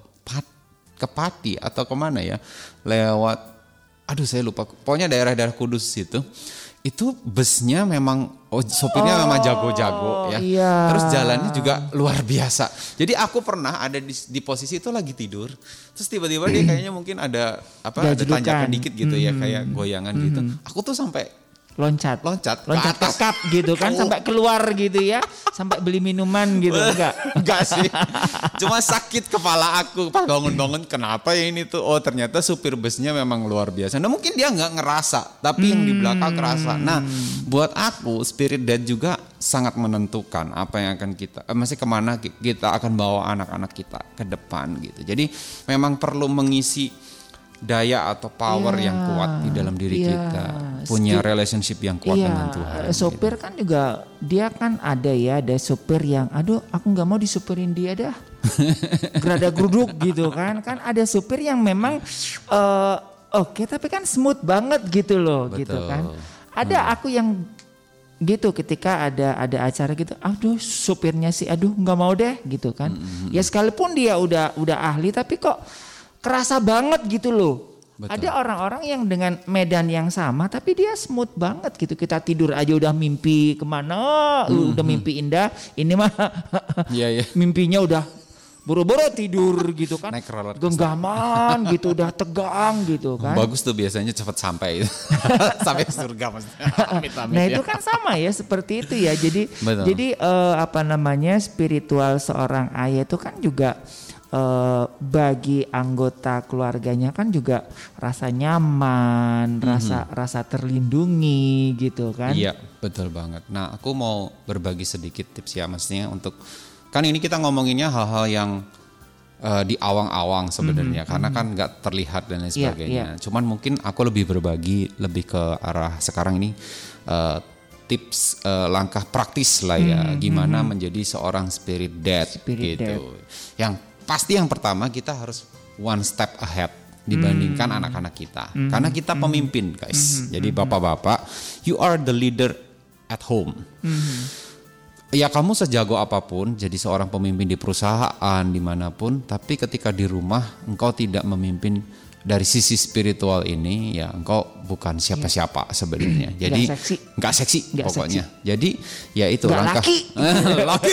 Pati atau kemana ya, lewat, saya lupa, pokoknya daerah-daerah Kudus situ. Itu busnya memang, sopirnya memang jago-jago ya. Iya. Terus jalannya juga luar biasa. Jadi aku pernah ada di posisi itu lagi tidur. Terus tiba-tiba dia kayaknya mungkin ada tanjakan dikit gitu ya, kayak goyangan gitu. Aku tuh sampai loncat kakap gitu kan, sampai keluar gitu ya, sampai beli minuman gitu. Enggak sih, cuma sakit kepala aku pas bangun-bangun, kenapa ya ini tuh, ternyata supir busnya memang luar biasa. Nah mungkin dia nggak ngerasa, tapi yang di belakang ngerasa. Nah buat aku spirit dad juga sangat menentukan apa yang akan kita, kemana kita akan bawa anak-anak kita ke depan gitu. Jadi memang perlu mengisi daya atau power yang kuat di dalam diri kita, punya relationship yang kuat dengan Tuhan. Sopir gitu. Kan juga dia kan ada sopir yang aku nggak mau disupirin dia dah, gerada geruduk gitu kan ada sopir yang memang oke, tapi kan smooth banget gitu loh. Betul. Gitu kan. Ada aku yang gitu ketika ada acara gitu, sopirnya sih nggak mau deh gitu kan. Ya sekalipun dia udah ahli, tapi kok kerasa banget gitu loh. Betul. Ada orang-orang yang dengan medan yang sama tapi dia smooth banget gitu. Kita tidur aja udah mimpi kemana, udah mimpi indah. Ini mah mimpinya udah buru-buru tidur gitu kan. Genggaman gitu, udah tegang gitu kan. Bagus tuh biasanya cepat sampai sampai surga maksudnya. Nah itu kan sama ya seperti itu ya. Jadi spiritual seorang ayah itu kan juga bagi anggota keluarganya kan juga rasa nyaman, rasa terlindungi gitu kan. Iya, betul banget. Nah, aku mau berbagi sedikit tips ya, maksudnya untuk, kan ini kita ngomonginnya hal-hal yang di awang-awang sebenarnya, karena kan nggak terlihat dan lain sebagainya. Cuman mungkin aku lebih berbagi lebih ke arah sekarang ini tips langkah praktis lah ya, gimana menjadi seorang spirit dad gitu. Yang pasti yang pertama kita harus one step ahead dibandingkan anak-anak kita. Karena kita pemimpin guys. Jadi bapak-bapak, you are the leader at home. Ya kamu sejago apapun jadi seorang pemimpin di perusahaan dimanapun, tapi ketika di rumah engkau tidak memimpin dari sisi spiritual ini, ya engkau bukan siapa-siapa sebenarnya. Jadi nggak seksi pokoknya. Jadi ya itu langkah. Laki.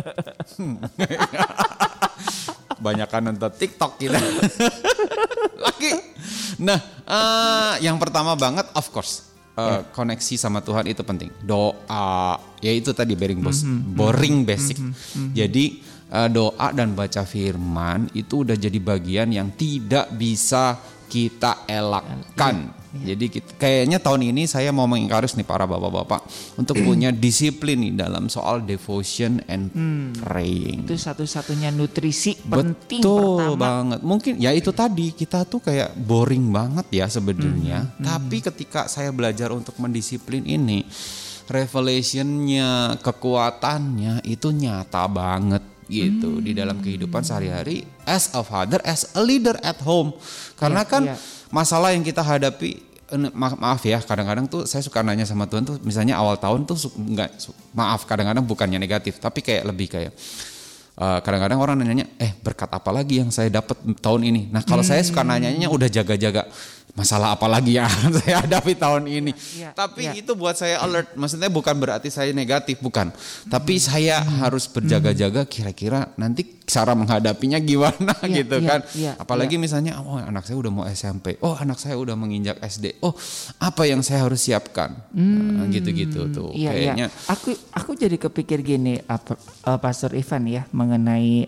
Banyakan nonton TikTok kita. Laki. Nah, yang pertama banget of course koneksi sama Tuhan itu penting. Doa, ya itu tadi boring basic. Jadi doa dan baca firman itu udah jadi bagian yang tidak bisa kita elakkan. Jadi kayaknya tahun ini saya mau mengencourage nih para bapak-bapak untuk punya disiplin nih dalam soal devotion and praying. Itu satu-satunya nutrisi penting betul pertama. Banget. Mungkin ya itu tadi kita tuh kayak boring banget ya sebenarnya. Tapi ketika saya belajar untuk mendisiplin ini, revelationnya, kekuatannya itu nyata banget gitu di dalam kehidupan sehari-hari as a father, as a leader at home. Karena masalah yang kita hadapi, maaf ya, kadang-kadang tuh saya suka nanya sama Tuhan tuh, misalnya awal tahun tuh kadang-kadang bukannya negatif, tapi kayak lebih kayak kadang-kadang orang nanyanya berkat apa lagi yang saya dapat tahun ini. Nah kalau saya suka nanyanya udah jaga-jaga, masalah apa lagi yang akan saya hadapi tahun ini. Tapi itu buat saya alert. Maksudnya bukan berarti saya negatif, bukan. Tapi saya harus berjaga-jaga kira-kira nanti cara menghadapinya gimana gitu kan. Apalagi misalnya anak saya udah mau SMP. Anak saya udah menginjak SD. Apa yang saya harus siapkan? Gitu-gitu tuh. Kayaknya aku jadi kepikir gini, Pastor Ivan ya, mengenai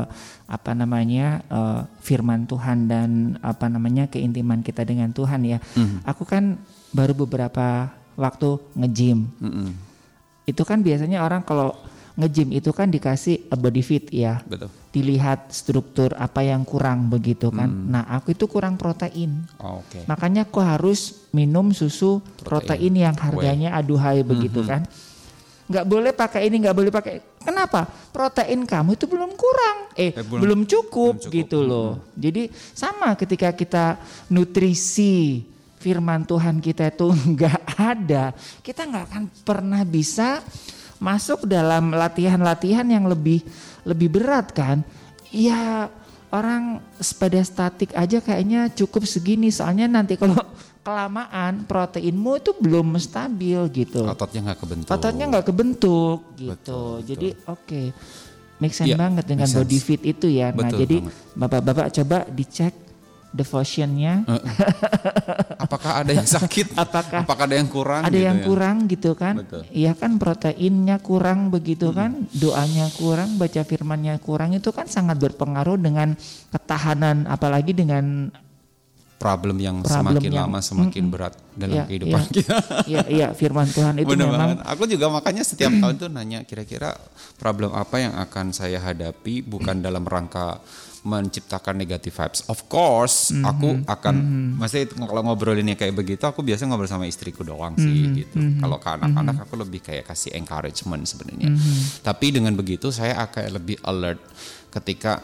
firman Tuhan dan keintiman kita dengan Tuhan ya. Aku kan baru beberapa waktu nge-gym. Itu kan biasanya orang kalau nge-gym itu kan dikasih body fit ya. Betul. Dilihat struktur apa yang kurang begitu kan. Nah, aku itu kurang protein. Makanya aku harus minum susu protein yang harganya aduhai begitu kan. Nggak boleh pakai ini, nggak boleh pakai. Kenapa? Protein kamu itu belum kurang, belum cukup gitu loh. Jadi sama ketika kita nutrisi firman Tuhan kita itu nggak ada, kita nggak akan pernah bisa masuk dalam latihan-latihan yang lebih berat kan. Ya orang sepeda statik aja kayaknya cukup segini, soalnya nanti kalau kelamaan proteinmu itu belum stabil gitu. Ototnya nggak kebentuk gitu. Betul. Jadi make sense banget dengan body fit itu ya. Betul, jadi bapak-bapak coba dicek devotionnya. Apakah ada yang sakit? Apakah ada yang kurang? Ada yang kurang gitu kan? Iya kan, proteinnya kurang begitu kan? Doanya kurang, baca firmannya kurang, itu kan sangat berpengaruh dengan ketahanan, apalagi dengan problem yang semakin lama semakin berat dalam kehidupan kita. Iya, firman Tuhan itu bener memang. Banget. Aku juga makanya setiap tahun tuh nanya kira-kira problem apa yang akan saya hadapi, bukan dalam rangka menciptakan negative vibes. Of course, aku akan maksudnya kalau ngobrolinnya kayak begitu, aku biasa ngobrol sama istriku doang sih gitu. Kalau ke anak-anak aku lebih kayak kasih encouragement sebenarnya. Tapi dengan begitu saya akan lebih alert ketika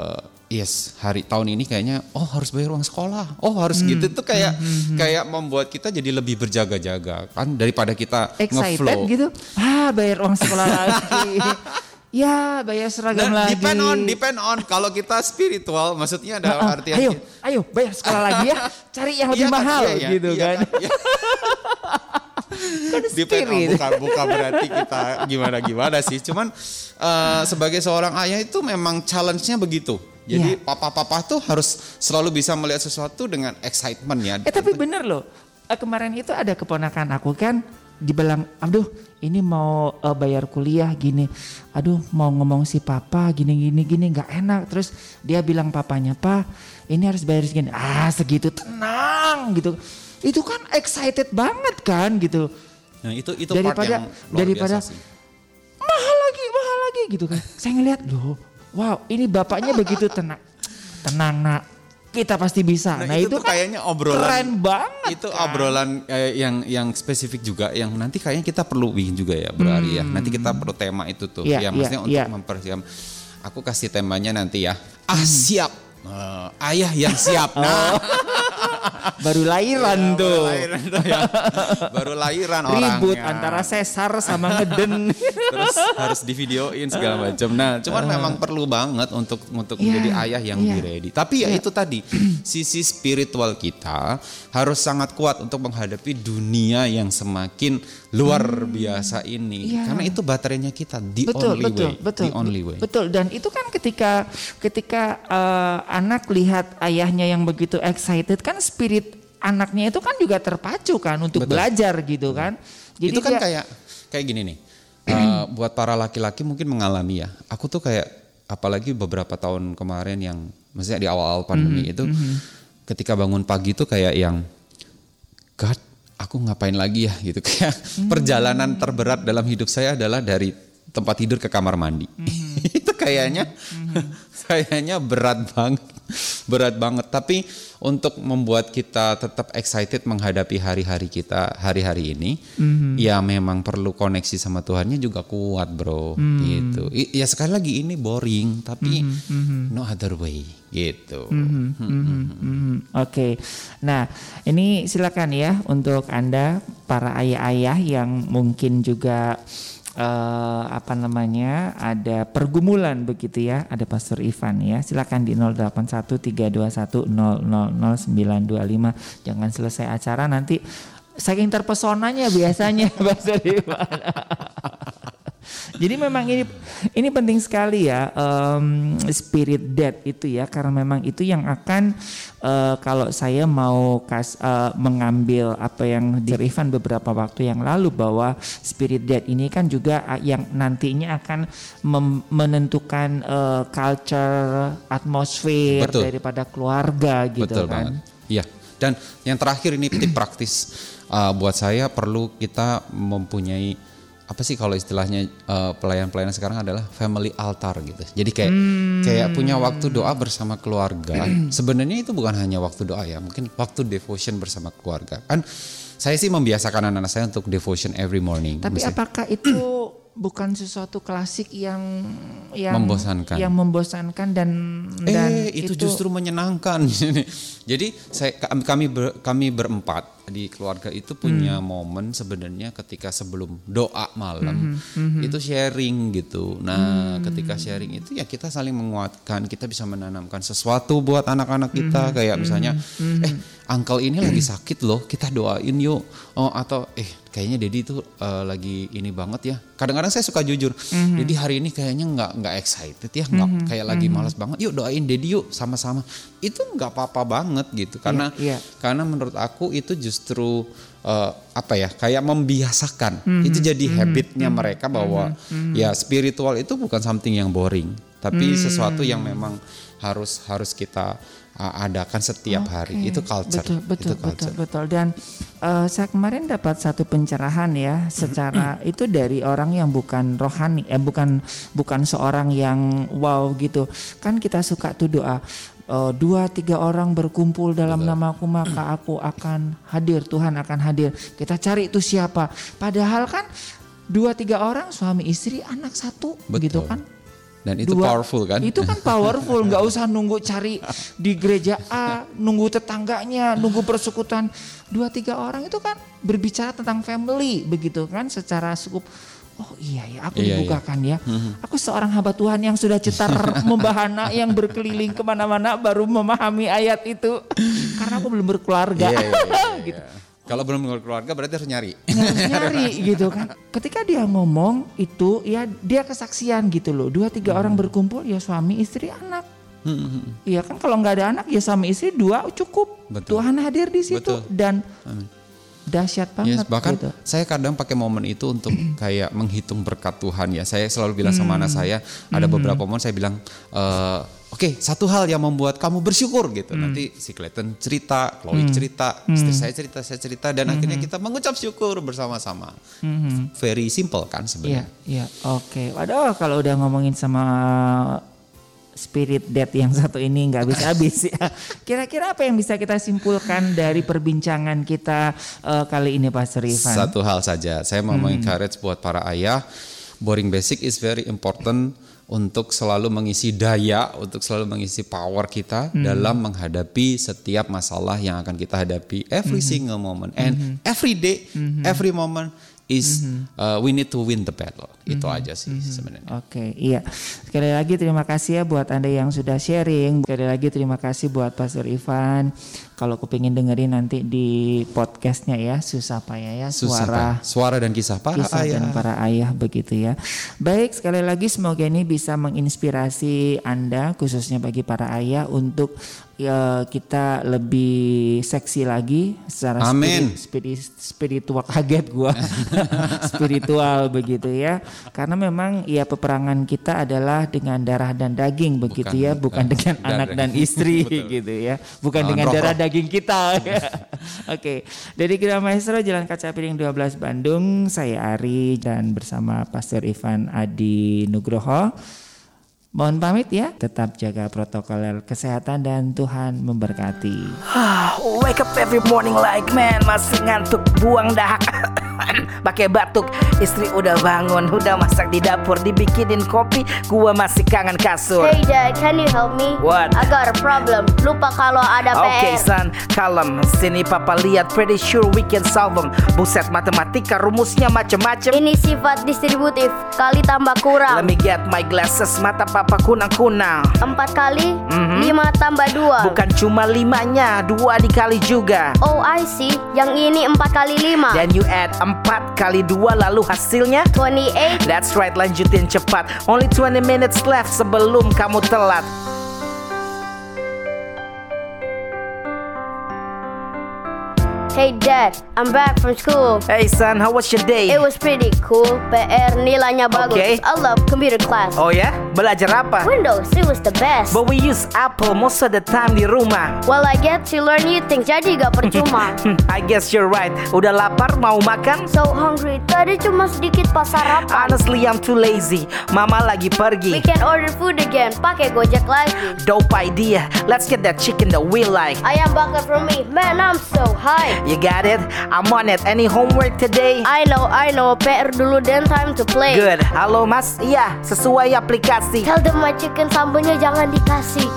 hari tahun ini kayaknya harus bayar uang sekolah, harus gitu tuh kayak membuat kita jadi lebih berjaga-jaga kan, daripada kita excited gitu, bayar uang sekolah lagi. Ya, bayar seragam lagi. Depend on kalau kita spiritual, maksudnya ada artian ayo bayar sekolah lagi ya, cari yang lebih mahal gitu kan. Bukan berarti kita gimana sih, cuman sebagai seorang ayah itu memang challenge-nya begitu. Jadi papa-papa tuh harus selalu bisa melihat sesuatu dengan excitement ya. Tapi bener loh, kemarin itu ada keponakan aku kan dibilang, aduh ini mau bayar kuliah gini, aduh mau ngomong si papa gini nggak enak. Terus dia bilang papanya, "Pa, ini harus bayar segini." Segitu, tenang gitu. Itu kan excited banget kan gitu. Nah itu daripada part yang luar biasa sih. mahal lagi gitu kan. Saya ngeliat loh, wow ini bapaknya begitu tenang nak, kita pasti bisa. Nah itu kan kayaknya obrolan keren banget. Itu kan obrolan yang spesifik juga, yang nanti kayaknya kita perlu bikin juga ya Bro Ari ya. Nanti kita perlu tema itu tuh. Maksudnya untuk mempersiapkan. Aku kasih temanya nanti ya. Siap. Ayah yang siap. Baru lahiran tuh. Baru lahiran orangnya. Ribut antara sesar sama ngeden. Terus harus divideoin segala macam. Nah, cuman memang perlu banget untuk menjadi ayah yang ready. Tapi ya itu tadi, sisi spiritual kita harus sangat kuat untuk menghadapi dunia yang semakin luar biasa ini. Karena itu baterainya kita, the only way. Betul. Dan itu kan ketika anak lihat ayahnya yang begitu excited, kan spirit anaknya itu kan juga terpacu kan untuk belajar gitu kan. Jadi itu kan kayak gini nih. Buat para laki-laki mungkin mengalami ya. Aku tuh kayak apalagi beberapa tahun kemarin yang maksudnya di awal-awal pandemi itu, ketika bangun pagi tuh kayak yang God, aku ngapain lagi ya gitu. Kayak perjalanan terberat dalam hidup saya adalah dari tempat tidur ke kamar mandi. Itu kayaknya berat banget. Tapi untuk membuat kita tetap excited menghadapi hari-hari ini, ya memang perlu koneksi sama Tuhannya juga kuat bro. Gitu. Ya sekali lagi ini boring, tapi no other way gitu. Oke. Nah ini silakan ya untuk Anda para ayah-ayah yang mungkin juga ada pergumulan begitu ya, ada Pastor Ivan ya. Silakan di 081321000925. Jangan selesai acara nanti saking terpesonanya biasanya Pastor Ivan. Jadi memang ini penting sekali ya, spirit death itu ya, karena memang itu yang akan kalau saya mau mengambil apa yang di Ivan beberapa waktu yang lalu, bahwa spirit death ini kan juga yang nantinya akan menentukan culture, atmosfer daripada keluarga gitu. Betul kan. Banget. Iya. Dan yang terakhir ini tip praktis buat saya, perlu kita mempunyai apa sih kalau istilahnya pelayan-pelayan sekarang adalah family altar gitu. Jadi kayak punya waktu doa bersama keluarga. Sebenarnya itu bukan hanya waktu doa ya, mungkin waktu devotion bersama keluarga. Kan saya sih membiasakan anak-anak saya untuk devotion every morning. Tapi apakah itu bukan sesuatu klasik yang membosankan dan itu justru menyenangkan. Jadi kami berempat di keluarga itu punya momen sebenarnya ketika sebelum doa malam itu sharing gitu. Nah, ketika sharing itu ya kita saling menguatkan, kita bisa menanamkan sesuatu buat anak-anak kita, kayak misalnya uncle ini lagi sakit loh, kita doain yuk. Atau kayaknya Dedi itu lagi ini banget ya. Kadang-kadang saya suka jujur. Dedi hari ini kayaknya nggak excited ya, nggak kayak lagi malas banget. Yuk doain Dedi yuk sama-sama. Itu nggak apa-apa banget gitu. Karena menurut aku itu justru kayak membiasakan. Itu jadi habitnya mereka bahwa ya spiritual itu bukan something yang boring, tapi sesuatu yang memang harus kita adakan setiap hari. Itu culture. Betul. Dan saya kemarin dapat satu pencerahan ya, secara itu dari orang yang bukan rohani, bukan seorang yang wow gitu. Kan kita suka tuh doa 2-3 orang berkumpul dalam namaku maka aku akan hadir, Tuhan akan hadir. Kita cari itu siapa? Padahal kan 2-3 orang, suami istri, anak satu. Gitu kan. Dan itu powerful kan? Itu kan powerful, nggak usah nunggu cari di gereja A, nunggu tetangganya, nunggu persekutuan. 2-3 orang itu kan berbicara tentang family begitu kan, secara cukup. Oh iya ya, aku dibukakan ya. Aku seorang hamba Tuhan yang sudah cetar membahana, yang berkeliling kemana-mana baru memahami ayat itu. Karena aku belum berkeluarga. Gitu. Kalau belum berkeluarga berarti harus nyari. Gitu kan. Ketika dia ngomong itu ya dia kesaksian gitu loh. 2-3 orang berkumpul ya suami, istri, anak. Iya kan, kalau nggak ada anak ya suami istri 2 cukup. Betul. Tuhan hadir di situ. Dan dahsyat banget. Bahkan gitu. saya kadang pakai momen itu untuk kayak menghitung berkat Tuhan ya. Saya selalu bilang sama anak saya, ada beberapa momen saya bilang, Oke, satu hal yang membuat kamu bersyukur gitu. Nanti si Clayton cerita, Chloe cerita, istri saya cerita, dan akhirnya kita mengucap syukur bersama-sama. Very simple kan sebenarnya. Iya, oke. Waduh, kalau udah ngomongin sama spirit death yang satu ini nggak habis-habis ya. Kira-kira apa yang bisa kita simpulkan dari perbincangan kita kali ini, Pastor Ivan? Satu hal saja, saya mau encourage buat para ayah, boring basic is very important untuk selalu mengisi daya, untuk selalu mengisi power kita dalam menghadapi setiap masalah yang akan kita hadapi every single moment and every day, every moment is we need to win the battle. Itu aja sih sebenarnya. Oke, iya. Sekali lagi terima kasih ya buat Anda yang sudah sharing. Sekali lagi terima kasih buat Pastor Ivan. Kalau kepingin dengerin nanti di podcastnya ya, susah payah ya, suara dan kisah para ayah. Dan para ayah begitu ya. Baik, sekali lagi semoga ini bisa menginspirasi Anda, khususnya bagi para ayah, untuk kita lebih seksi lagi secara spiritual. Kaget gua. Spiritual begitu ya. Karena memang ya peperangan kita adalah dengan darah dan daging begitu bukan dengan anak dan istri gitu ya. Bukan dengan darah daging kita. Oke. Dari Gereja Maestro Jalan Kaca Piring 12 Bandung, saya Ari dan bersama Pastor Ivan Adi Nugroho. Mohon pamit ya, tetap jaga protokol kesehatan dan Tuhan memberkati. Wake up every morning like man, masih ngantuk, buang dahak, pakai batuk. Istri udah bangun, udah masak di dapur, dibikinin kopi, gua masih kangen kasur. Hey Dad, can you help me? What? I got a problem. Lupa kalau ada PR. Okay son, kalem. Sini papa lihat, pretty sure we can solve them. Buset, matematika rumusnya macem-macem. Ini sifat distributif, kali tambah kurang. Let me get my glasses, mata papa kunang-kunang. 4 kali 5 tambah 2. Bukan cuma 5-nya, 2 dikali juga. Oh I see, yang ini 4 kali 5. Then you add 4 kali 2, lalu hasilnya 28. That's right, lanjutin cepat. Only 20 minutes left sebelum kamu telat. Hey Dad, I'm back from school. Hey son, how was your day? It was pretty cool. PR nilainya bagus. Okay. I love computer class. Oh ya? Belajar apa? Windows, it was the best. But we use Apple most of the time di rumah. Well, I get to learn new things, jadi gak percuma. I guess you're right. Udah lapar, mau makan? So hungry, tadi cuma sedikit pas sarapan. Honestly, I'm too lazy. Mama lagi We pergi. can order food again, pakai Gojek lagi. Dope idea. Let's get that chicken that we like. Ayam bakar from me, man I'm so high. You got it? I'm on it. Any homework today? I know, PR dulu then time to play. Good. Halo mas? Iya, sesuai aplikasi. Tell them my chicken sambelnya jangan dikasih.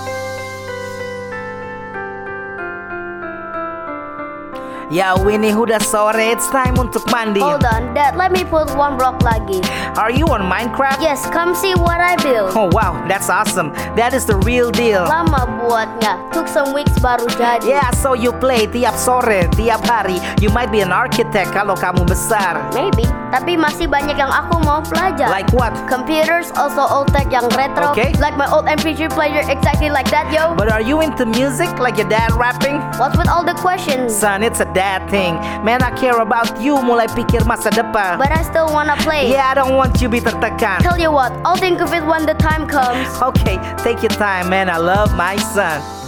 Ya Winnie, udah sore, it's time untuk mandi. Hold on, Dad, let me put one block lagi. Are you on Minecraft? Yes, come see what I built. Oh wow, that's awesome. That is the real deal. Lama buatnya, took some weeks baru jadi. Yeah, so you play tiap sore, tiap hari. You might be an architect kalau kamu besar. Maybe, tapi masih banyak yang aku mau pelajar. Like what? Computers, also old tech yang retro. Okay. Like my old MP3 player, exactly like that, yo. But are you into music like your dad rapping? What's with all the questions? Son, it's a dad thing. Man, I care about you, mulai pikir masa depan. But I still wanna play. Yeah, I don't want you be tertekan. Tell you what, I'll think of it when the time comes. Okay, take your time, man. I love my son.